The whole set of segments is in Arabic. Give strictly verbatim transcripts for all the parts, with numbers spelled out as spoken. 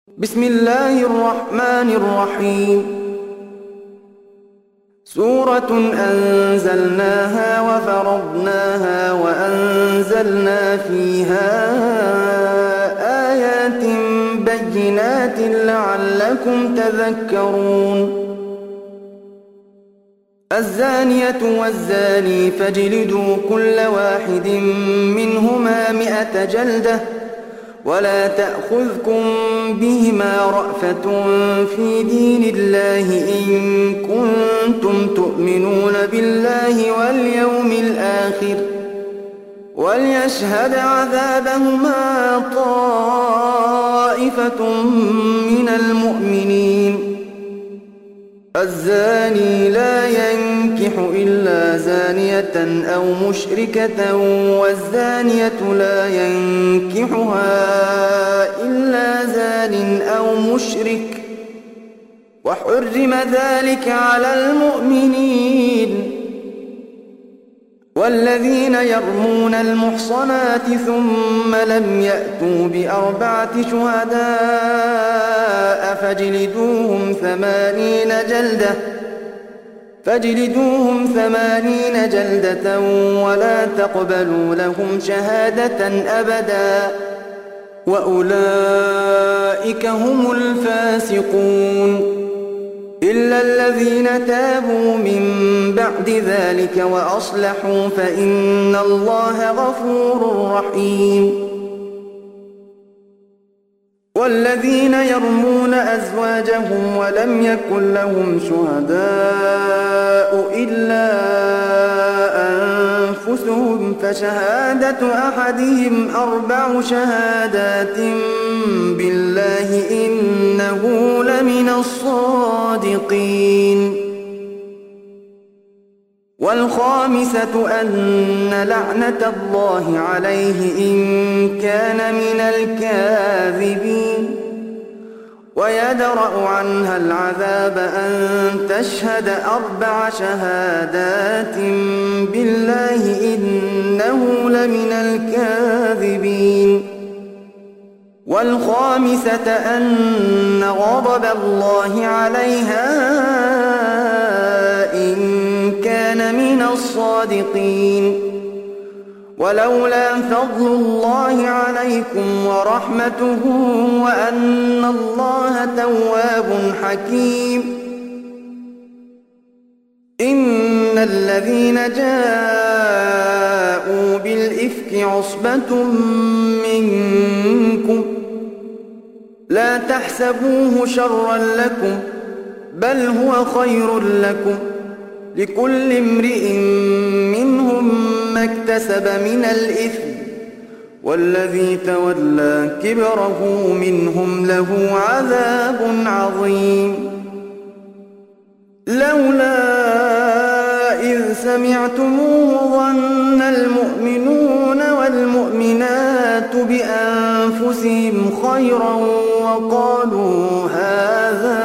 بسم الله الرحمن الرحيم. سورة أنزلناها وفرضناها وأنزلنا فيها آيات بينات لعلكم تذكرون. الزانية والزاني فاجلدوا كل واحد منهما مئة جلدة ولا تأخذكم بهما رأفة في دين الله إن كنتم تؤمنون بالله واليوم الآخر وليشهد عذابهما طائفة من المؤمنين. الزاني لا ينكح إلا زانية أو مشركة والزانية لا ينكحها إلا زان أو مشرك وحرم ذلك على المؤمنين. والذين يرمون المحصنات ثم لم يأتوا بأربعة شهداء فاجلدوهم ثمانين جلدة فاجلدوهم ثمانين جلدة ولا تقبلوا لهم شهادة أبدا وأولئك هم الفاسقون. إلا الذين تابوا من بعد ذلك وأصلحوا فإن الله غفور رحيم. والذين يرمون أزواجهم ولم يكن لهم شهداء إلا أنفسهم فشهادة أحدهم أربع شهادات بالله إنه لمن الصادقين. والخامسة أن لعنة الله عليه إن كان من الكاذبين. ويدرأ عنها العذاب أن تشهد أربع شهادات بالله إنه لمن الكاذبين. والخامسة أن غضب الله عليها إن كان من الصادقين. ولولا فضل الله عليكم ورحمته وأن الله تواب حكيم. إن الذين جاءوا بالإفك عصبة منكم لا تحسبوه شرا لكم بل هو خير لكم لكل امرئ منهم ما اكتسب من الإثم والذي تولى كبره منهم له عذاب عظيم. لولا إذ سمعتموه ظن المؤمنون والمؤمنات بأنفسهم خيرا وقالوا هذا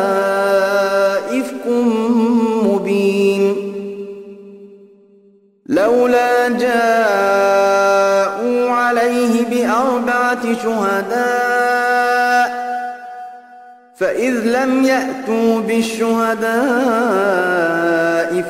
إفك مبين. لولا جاءوا عليه بأربعة شهداء فإذ لم يأتوا بالشهداء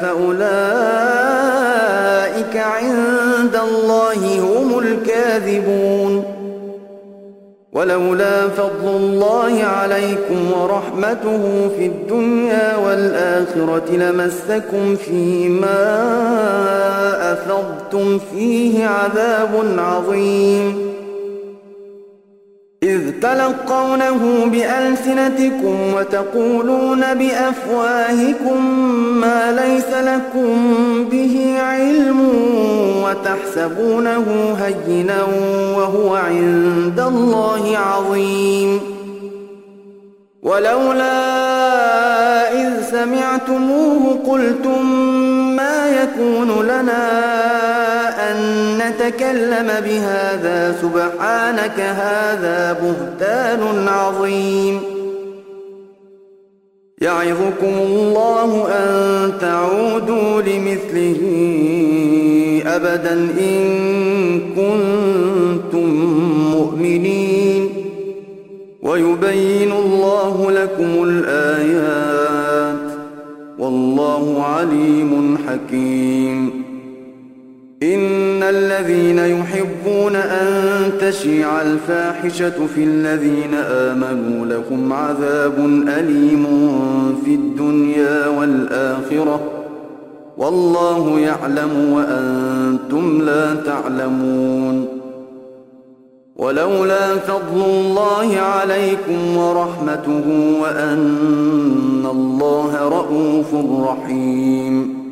فأولئك عند الله هم الكاذبون. ولولا فضل الله عليكم ورحمته في الدنيا والآخرة لمسكم فيما أفضتم فيه عذاب عظيم. إذ تلقونه بألسنتكم وتقولون بأفواهكم ما ليس لكم به علم وتحسبونه هينا وهو عند الله عظيم. ولولا إذ سمعتموه قلتم ما يكون لنا أن نتكلم بهذا سبحانك هذا بهتان عظيم. يعظكم الله أن تعودوا لمثله أبدا إن كنتم مؤمنين ويبين الله لكم الآيات والله عليم حكيم. إن الذين يحبون أن تشيع الفاحشة في الذين آمنوا لهم عذاب أليم في الدنيا والآخرة والله يعلم وأنتم لا تعلمون. ولولا فضل الله عليكم ورحمته وأن الله رءوف رحيم.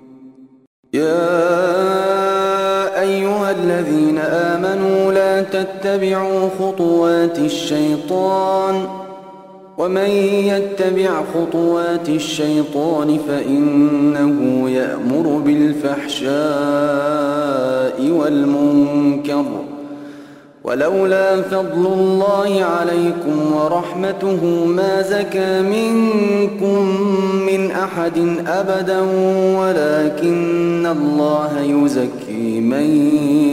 يا أيها الذين آمنوا لا تتبعوا خطوات الشيطان ومن يتبع خطوات الشيطان فإنه يأمر بالفحشاء والمنكر ولولا فضل الله عليكم ورحمته ما زكى منكم من أحد أبدا ولكن الله يزكي من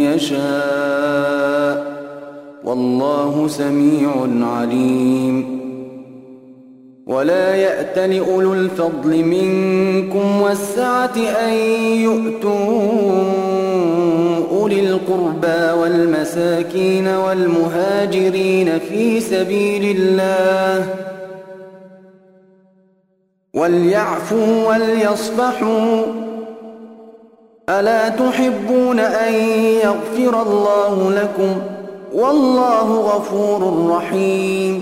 يشاء والله سميع عليم. ولا يأتل أولو الفضل منكم والسعة أن يؤتوا أولي القربى والمساكين والمهاجرين في سبيل الله وليعفوا وليصفحوا ألا تحبون أن يغفر الله لكم والله غفور رحيم.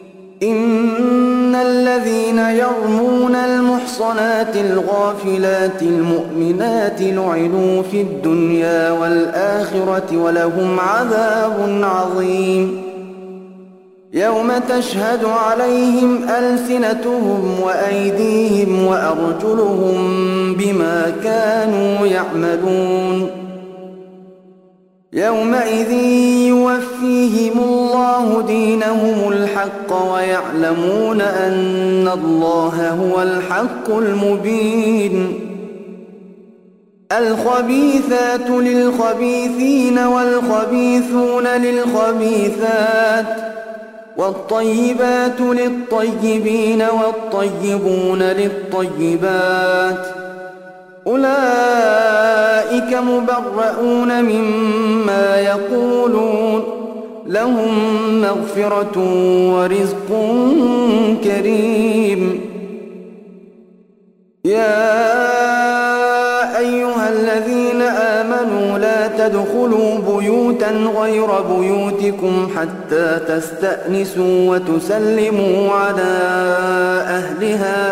إن الذين يرمون المحصنات الغافلات المؤمنات لعنوا في الدنيا والآخرة ولهم عذاب عظيم. يوم تشهد عليهم ألسنتهم وأيديهم وأرجلهم بما كانوا يعملون. يومئذ يوفيهم الله دينهم الحق ويعلمون أن الله هو الحق المبين. الخبيثات للخبيثين والخبيثون للخبيثات والطيبات للطيبين والطيبون للطيبات أولئك مبرؤون مما يقولون لهم مغفرة ورزق كريم. يا أيها الذين آمنوا لا تدخلوا بيوتا غير بيوتكم حتى تستأنسوا وتسلموا على أهلها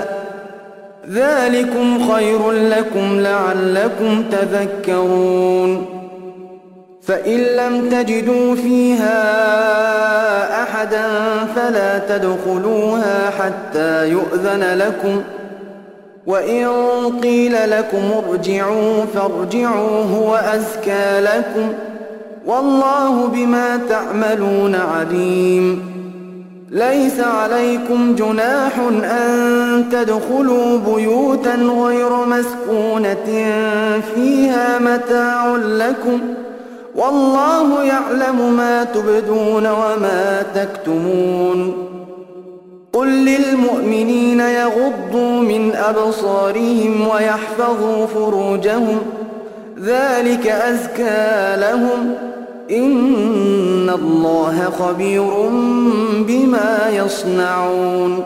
ذلكم خير لكم لعلكم تذكرون. فإن لم تجدوا فيها أحدا فلا تدخلوها حتى يؤذن لكم وإن قيل لكم ارجعوا فارجعوا هو أزكى لكم والله بما تعملون عليم. ليس عليكم جناح أن تدخلوا بيوتا غير مسكونة فيها متاع لكم والله يعلم ما تبدون وما تكتمون. قل للمؤمنين يغضوا من أبصارهم ويحفظوا فروجهم ذلك أزكى لهم إن الله خبير بما يصنعون.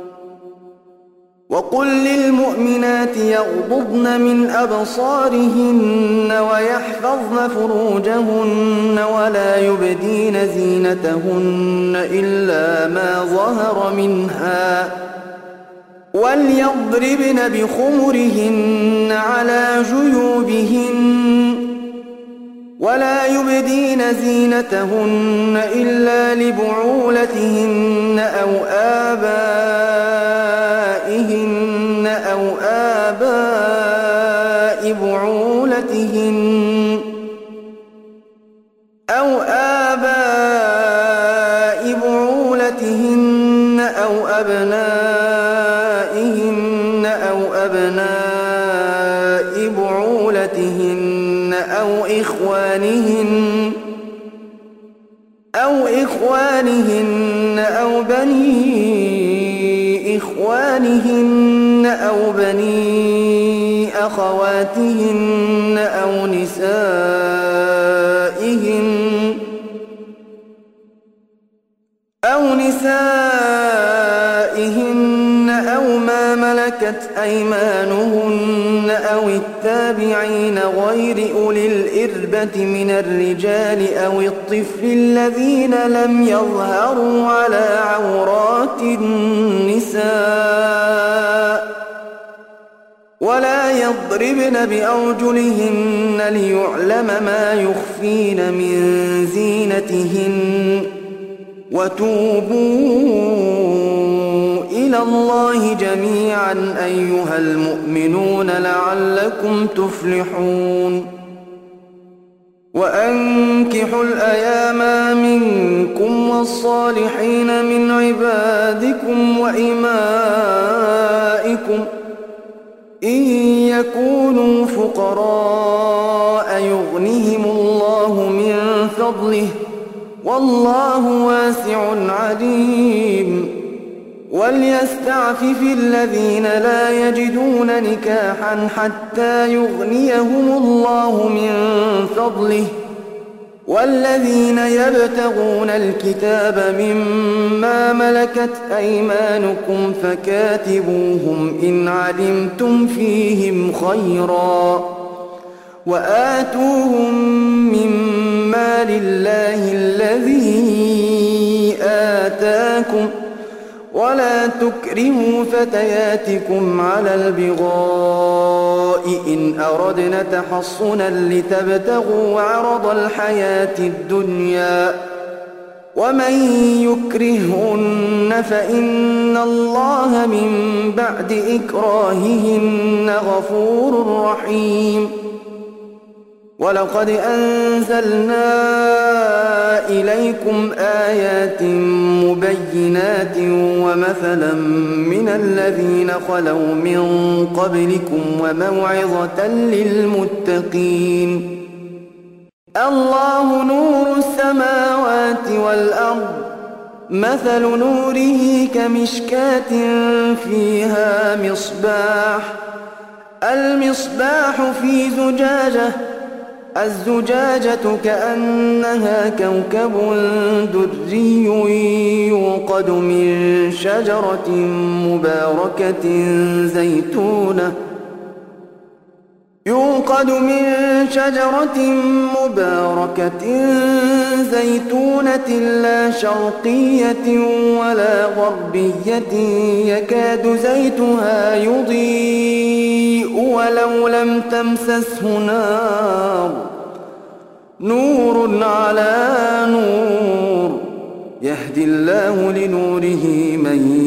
وقل للمؤمنات يغضضن من أبصارهن ويحفظن فروجهن ولا يبدين زينتهن إلا ما ظهر منها وليضربن بخمرهن على جيوبهن ولا يبدين زينتهن إلا لبعولتهن أو آبائهن أو آباء بعولتهن أو آباء بعولتهن أو أبنائهن أو أبناء بعولتهن أو إخوانهن أو إخوانهن أو بني إخوانهن أو بني أخواتهن أو نسائهن أو نسائهن أو ما ملكت أيمانهن أو التابعين غير أولي الإربة من الرجال أو الطفل الذين لم يظهروا على عورات النساء ولا يضربن بأرجلهن ليعلم ما يخفين من زينتهن وتوبوا إلى الله جميعا أيها المؤمنون لعلكم تفلحون وأنكحوا الأيام منكم والصالحين من عبادكم وإمائكم إن يكونوا فقراء يغنهم الله من فضله والله واسع عليم وليستعفف الذين لا يجدون نكاحا حتى يغنيهم الله من فضله والذين يبتغون الكتاب مما ملكت أيمانكم فكاتبوهم إن علمتم فيهم خيرا وآتوهم مما لله الذي آتاكم ولا تكرهوا فتياتكم على البغاء إن أردنا تحصنا لتبتغوا عرض الحياة الدنيا ومن يكرهن فإن الله من بعد إكراههن غفور رحيم ولقد أنزلنا إليكم آيات مبينات ومثلا من الذين خلوا من قبلكم وموعظة للمتقين الله نور السماوات والأرض مثل نوره كمشكاة فيها مصباح المصباح في زجاجة الزجاجة كأنها كوكب دري يوقد من شجرة مباركة زيتونة يوقد من شجرة مباركة زيتونة لا شرقية ولا غربية يكاد زيتها يضيء ولو لم تمسسه نار نور على نور يهدي الله لنوره من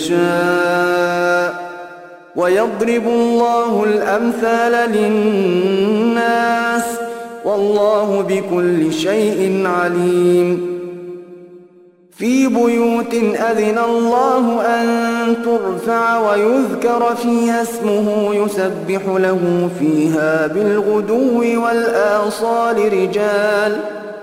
يشاء ويضرب الله الأمثال للناس والله بكل شيء عليم في بيوت أذن الله أن ترفع ويذكر فيها اسمه يسبح له فيها بالغدو والآصال رجال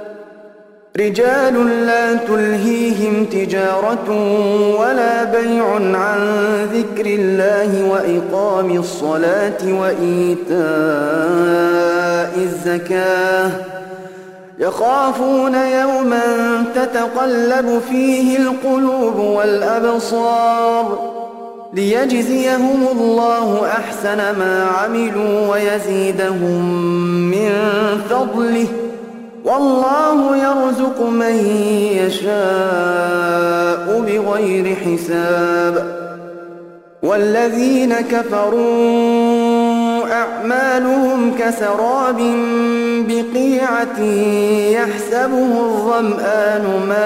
رجال لا تلهيهم تجارة ولا بيع عن ذكر الله وإقام الصلاة وإيتاء الزكاة يخافون يوما تتقلب فيه القلوب والأبصار ليجزيهم الله أحسن ما عملوا ويزيدهم من فضله والله يرزق من يشاء بغير حساب والذين كفروا أعمالهم كسراب بقيعة يحسبه الظمآن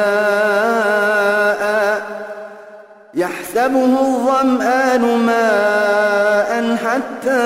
ماء يحسبه الظمآن ماء حتى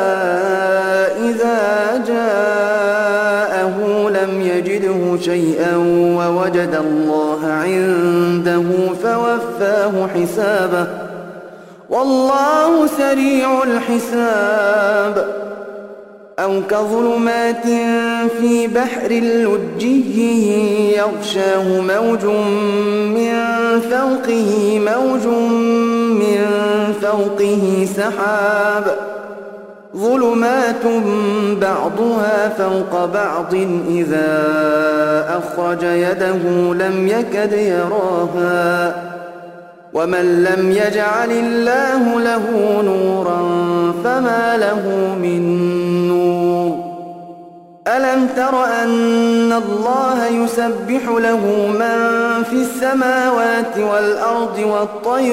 إذا جاءه لم يجده شيئا ووجد الله عنده فوفاه حسابه والله سريع الحساب أو كظلمات في بحر لجي يغشاه موج من فوقه موج من فوقه سحاب ظلمات بعضها فوق بعض إذا أخرج يده لم يكد يراها ومن لم يجعل الله له نورا فما له من نور ألم تر أن الله يسبح له من في السماوات والأرض والطير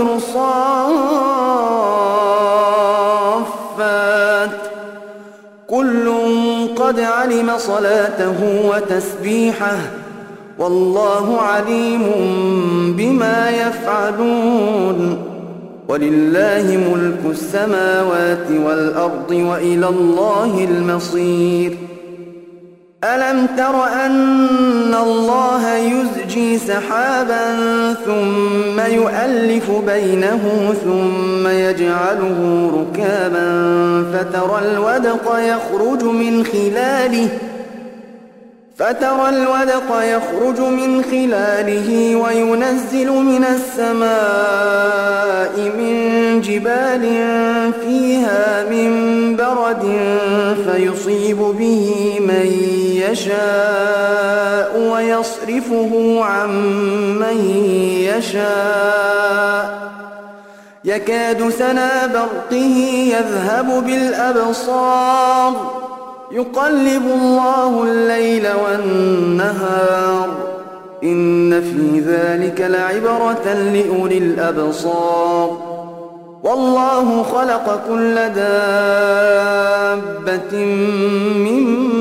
صافات كل قد علم صلاته وتسبيحه والله عليم بما يفعلون ولله ملك السماوات والأرض وإلى الله المصير ألم تر أن الله يزجي سحابا ثم يؤلف بينه ثم يجعله ركابا فترى الودق يخرج من خلاله فترى الودق يخرج من خلاله وينزل من السماء من جبال فيها من برد فيصيب به من يشاء ويصرفه عن من يشاء يكاد سنا برقه يذهب بالأبصار يقلب الله الليل والنهار إن في ذلك لعبرة لأولي الأبصار والله خلق كل دابة من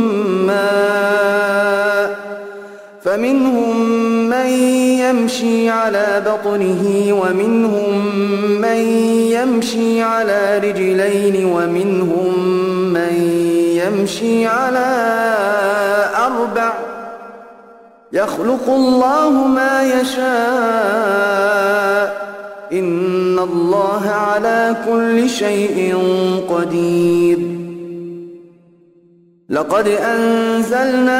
ماء فمنهم من يمشي على بطنه ومنهم من يمشي على رجلين ومنهم من يمشي على أربع يخلق الله ما يشاء إن الله على كل شيء قدير لقد أنزلنا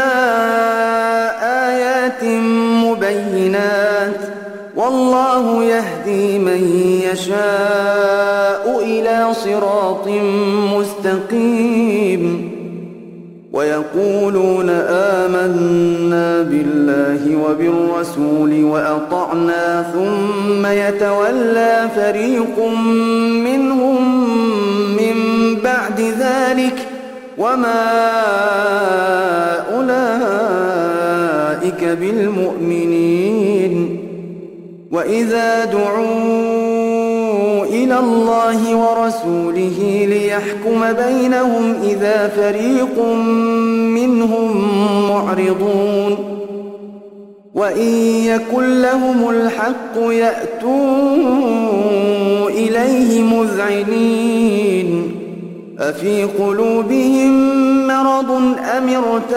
آيات مبينات والله يهدي من يشاء إلى صراط مستقيم ويقولون آمنا بالله وبالرسول وأطعنا ثم يتولى فريق منهم من بعد ذلك وما أولئك بالمؤمنين وإذا دعوا إلى الله ورسوله ليحكم بينهم إذا فريق منهم معرضون وإن يكن لهم الحق يأتوا إليه مذعنين أفي قلوبهم مرض أم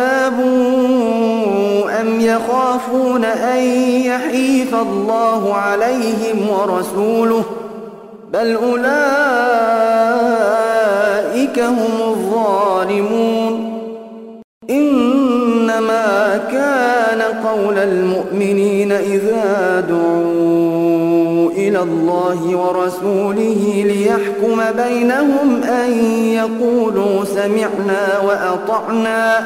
ارتابوا أم يخافون أن يحيف الله عليهم ورسوله بل أولئك هم الظالمون إنما كان قول المؤمنين إذا دعوا إلى الله ورسوله ليحكم بينهم أن يقولوا سمعنا وأطعنا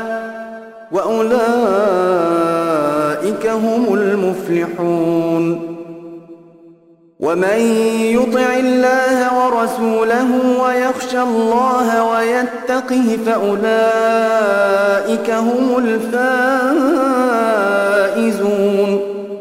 وأولئك هم المفلحون ومن يطع الله ورسوله ويخشى الله ويتقه فأولئك هم الفائزون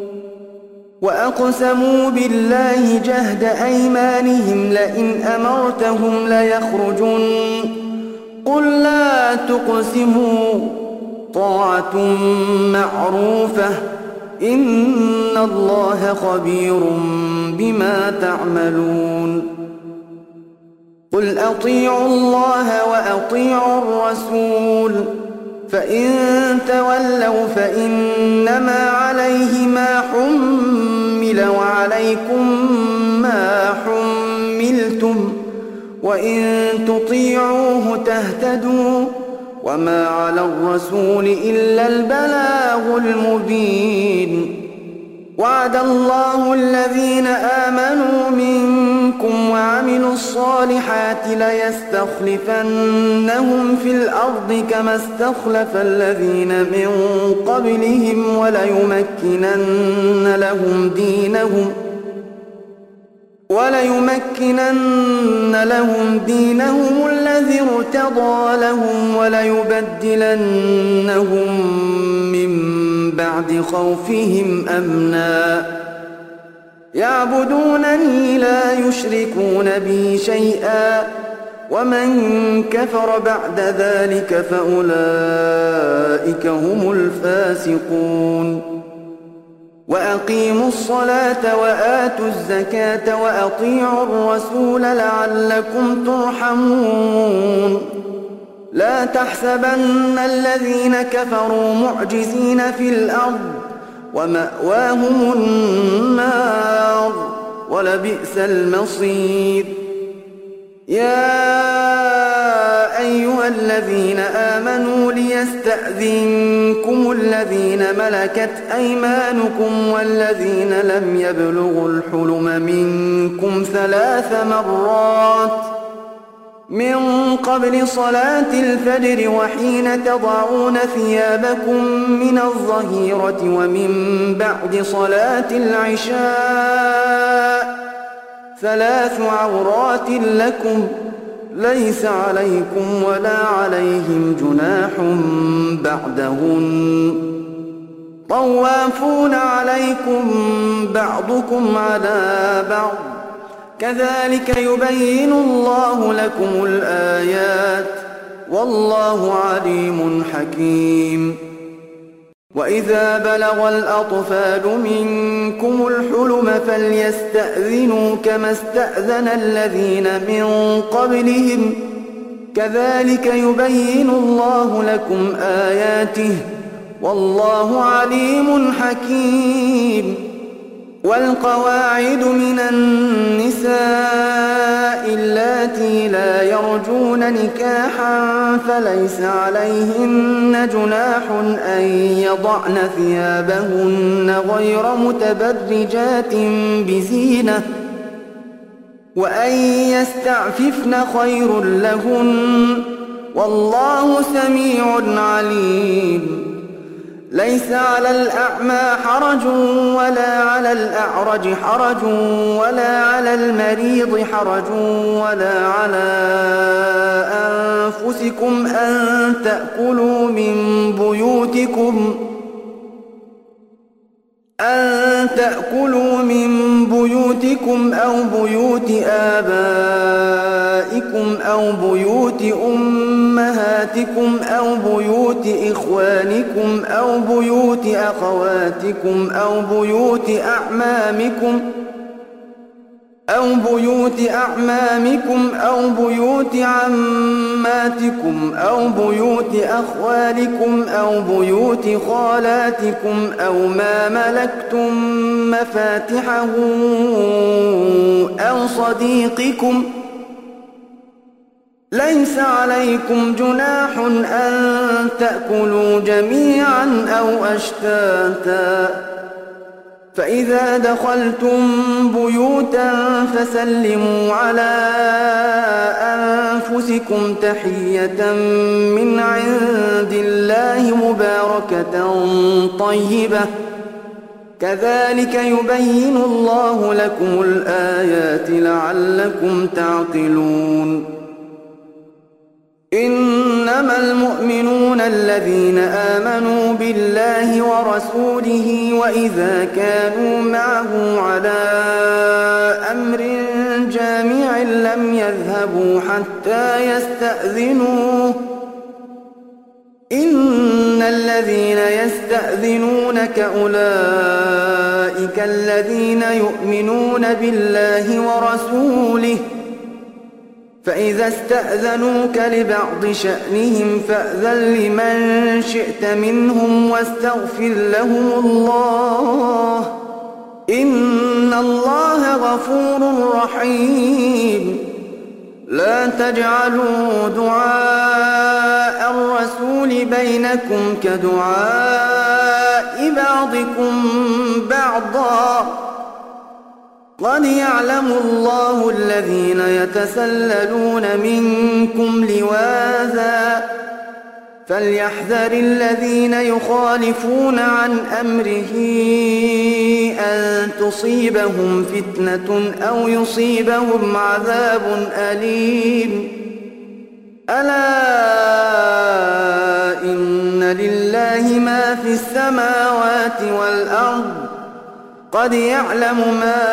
وأقسموا بالله جهد أيمانهم لئن أمرتهم ليخرجن قل لا تقسموا طاعة معروفة إن الله خبير بما تعملون قل أطيعوا الله وأطيعوا الرسول فإن تولوا فإنما عليه ما حمل وعليكم ما حملتم وإن تطيعوه تهتدوا وما على الرسول إلا البلاغ المبين. وعد الله الذين آمنوا منكم وعملوا الصالحات ليستخلفنهم في الأرض كما استخلف الذين من قبلهم وليمكنن لهم دينهم وليمكنن لهم دينهم الذي ارتضى لهم وليبدلنهم من بعد خوفهم أمنا يعبدونني لا يشركون بي شيئا ومن كفر بعد ذلك فأولئك هم الفاسقون. وأقيموا الصلاة وآتوا الزكاة وأطيعوا الرسول لعلكم ترحمون. لا تحسبن الذين كفروا معجزين في الأرض ومأواهم النار ولبئس المصير. يا أيها الذين آمنوا ليستأذنكم الذين ملكت أيمانكم والذين لم يبلغوا الحلم منكم ثلاث مرات من قبل صلاة الفجر وحين تضعون ثيابكم من الظهيرة ومن بعد صلاة العشاء ثلاث عورات لكم ليس عليكم ولا عليهم جناح بعدهن طوافون عليكم بعضكم على بعض كذلك يبين الله لكم الآيات والله عليم حكيم. وإذا بلغ الأطفال منكم الحلم فليستأذنوا كما استأذن الذين من قبلهم كذلك يبين الله لكم آياته والله عليم حكيم. والقواعد من النساء اللاتي لا يرجون نكاحا فليس عليهن جناح أن يضعن ثيابهن غير متبرجات بزينة وأن يستعففن خير لهن والله سميع عليم. ليس على الأعمى حرج ولا على الأعرج حرج ولا على المريض حرج ولا على أنفسكم أن تأكلوا من بيوتكم أن تأكلوا من بيوتكم أو بيوت آبائكم أو بيوت أمهاتكم أو بيوت إخوانكم أو بيوت أخواتكم أو بيوت أعمامكم أو بيوت أعمامكم أو بيوت عماتكم أو بيوت أخوالكم أو بيوت خالاتكم أو ما ملكتم مفاتحه أو صديقكم ليس عليكم جناح أن تأكلوا جميعا أو أشتاتا فإذا دخلتم بيوتا فسلموا على أنفسكم تحية من عند الله مباركة طيبة كذلك يبين الله لكم الآيات لعلكم تعقلون. إنما المؤمنون الذين آمنوا بالله ورسوله وإذا كانوا معه على أمر جامع لم يذهبوا حتى يستأذنوه إن الذين يستأذنونك أولئك الذين يؤمنون بالله ورسوله فإذا استأذنوك لبعض شأنهم فأذن لمن شئت منهم واستغفر لهم الله إن الله غفور رحيم. لا تجعلوا دعاء الرسول بينكم كدعاء بعضكم بعضا قد يعلم الله الذين يتسللون منكم لواذا فليحذر الذين يخالفون عن أمره أن تصيبهم فتنة أو يصيبهم عذاب أليم ألا إن لله ما في السماوات والأرض قد يعلم ما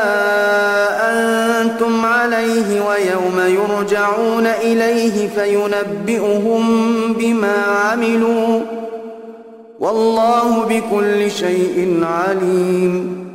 أنتم عليه ويوم يرجعون إليه فينبئهم بما عملوا والله بكل شيء عليم